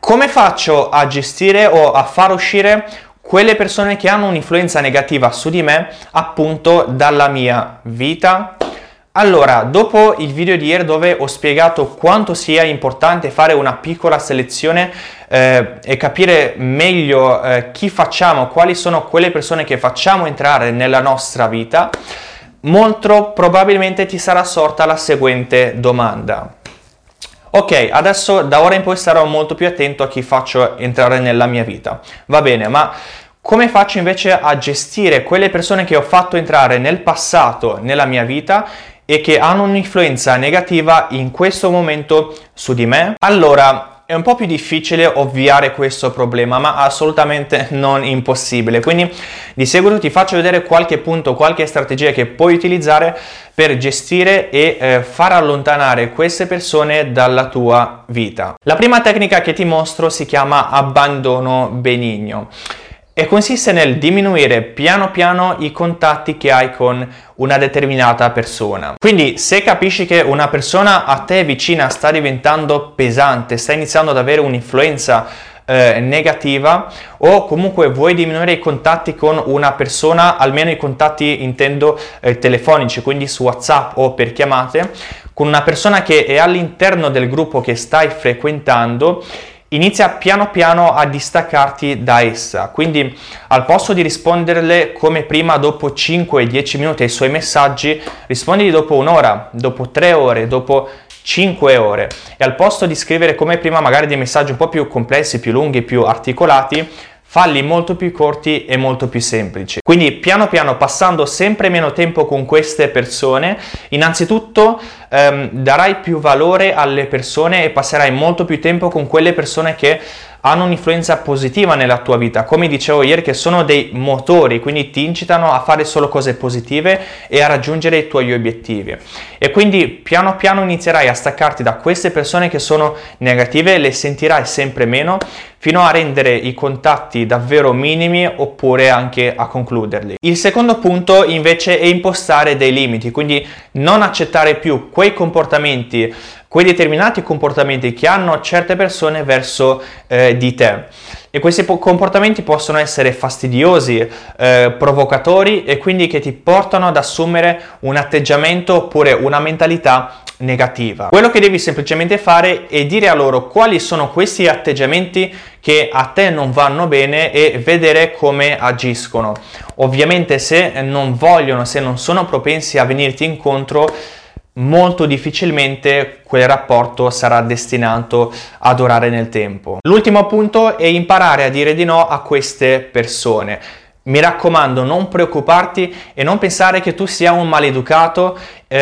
Come faccio a gestire o a far uscire quelle persone che hanno un'influenza negativa su di me, appunto, dalla mia vita? Allora, dopo il video di ieri dove ho spiegato quanto sia importante fare una piccola selezione e capire meglio chi facciamo, quali sono quelle persone che facciamo entrare nella nostra vita, molto probabilmente ti sarà sorta la seguente domanda. Ok, adesso da ora in poi sarò molto più attento a chi faccio entrare nella mia vita. Va bene, ma come faccio invece a gestire quelle persone che ho fatto entrare nel passato nella mia vita e che hanno un'influenza negativa in questo momento su di me? Allora, è un po' più difficile ovviare questo problema, ma assolutamente non impossibile. Quindi di seguito ti faccio vedere qualche punto, qualche strategia che puoi utilizzare per gestire e far allontanare queste persone dalla tua vita. La prima tecnica che ti mostro si chiama abbandono benigno e consiste nel diminuire piano piano i contatti che hai con una determinata persona. Quindi se capisci che una persona a te vicina sta diventando pesante, sta iniziando ad avere un'influenza negativa, o comunque vuoi diminuire i contatti con una persona, almeno i contatti intendo telefonici, quindi su WhatsApp o per chiamate, con una persona che è all'interno del gruppo che stai frequentando, inizia piano piano a distaccarti da essa. Quindi al posto di risponderle come prima dopo 5-10 minuti ai suoi messaggi, rispondi dopo un'ora, dopo 3 ore, dopo 5 ore, e al posto di scrivere come prima magari dei messaggi un po' più complessi, più lunghi, più articolati, falli molto più corti e molto più semplici. Quindi piano piano, passando sempre meno tempo con queste persone, innanzitutto darai più valore alle persone e passerai molto più tempo con quelle persone che hanno un'influenza positiva nella tua vita, come dicevo ieri, che sono dei motori, quindi ti incitano a fare solo cose positive e a raggiungere i tuoi obiettivi. E quindi piano piano inizierai a staccarti da queste persone che sono negative, le sentirai sempre meno, fino a rendere i contatti davvero minimi oppure anche a concluderli. Il secondo punto invece è impostare dei limiti, quindi non accettare più quei comportamenti, quei determinati comportamenti che hanno certe persone verso di te. E questi comportamenti possono essere fastidiosi, provocatori, e quindi che ti portano ad assumere un atteggiamento oppure una mentalità negativa. Quello che devi semplicemente fare è dire a loro quali sono questi atteggiamenti che a te non vanno bene e vedere come agiscono. Ovviamente se non vogliono, se non sono propensi a venirti incontro, molto difficilmente quel rapporto sarà destinato a durare nel tempo. L'ultimo punto è imparare a dire di no a queste persone. Mi raccomando, non preoccuparti e non pensare che tu sia un maleducato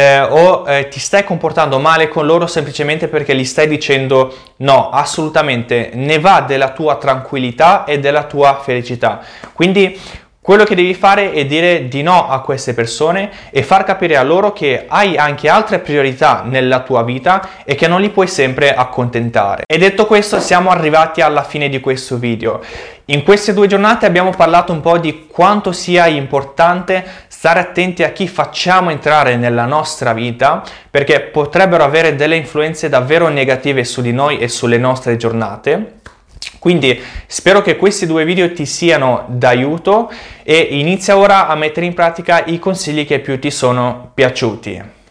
o ti stai comportando male con loro semplicemente perché gli stai dicendo no. Assolutamente, ne va della tua tranquillità e della tua felicità. Quindi quello che devi fare è dire di no a queste persone e far capire a loro che hai anche altre priorità nella tua vita e che non li puoi sempre accontentare. E detto questo, siamo arrivati alla fine di questo video. In queste 2 giornate abbiamo parlato un po' di quanto sia importante stare attenti a chi facciamo entrare nella nostra vita, perché potrebbero avere delle influenze davvero negative su di noi e sulle nostre giornate. Quindi spero che questi 2 video ti siano d'aiuto e inizia ora a mettere in pratica i consigli che più ti sono piaciuti.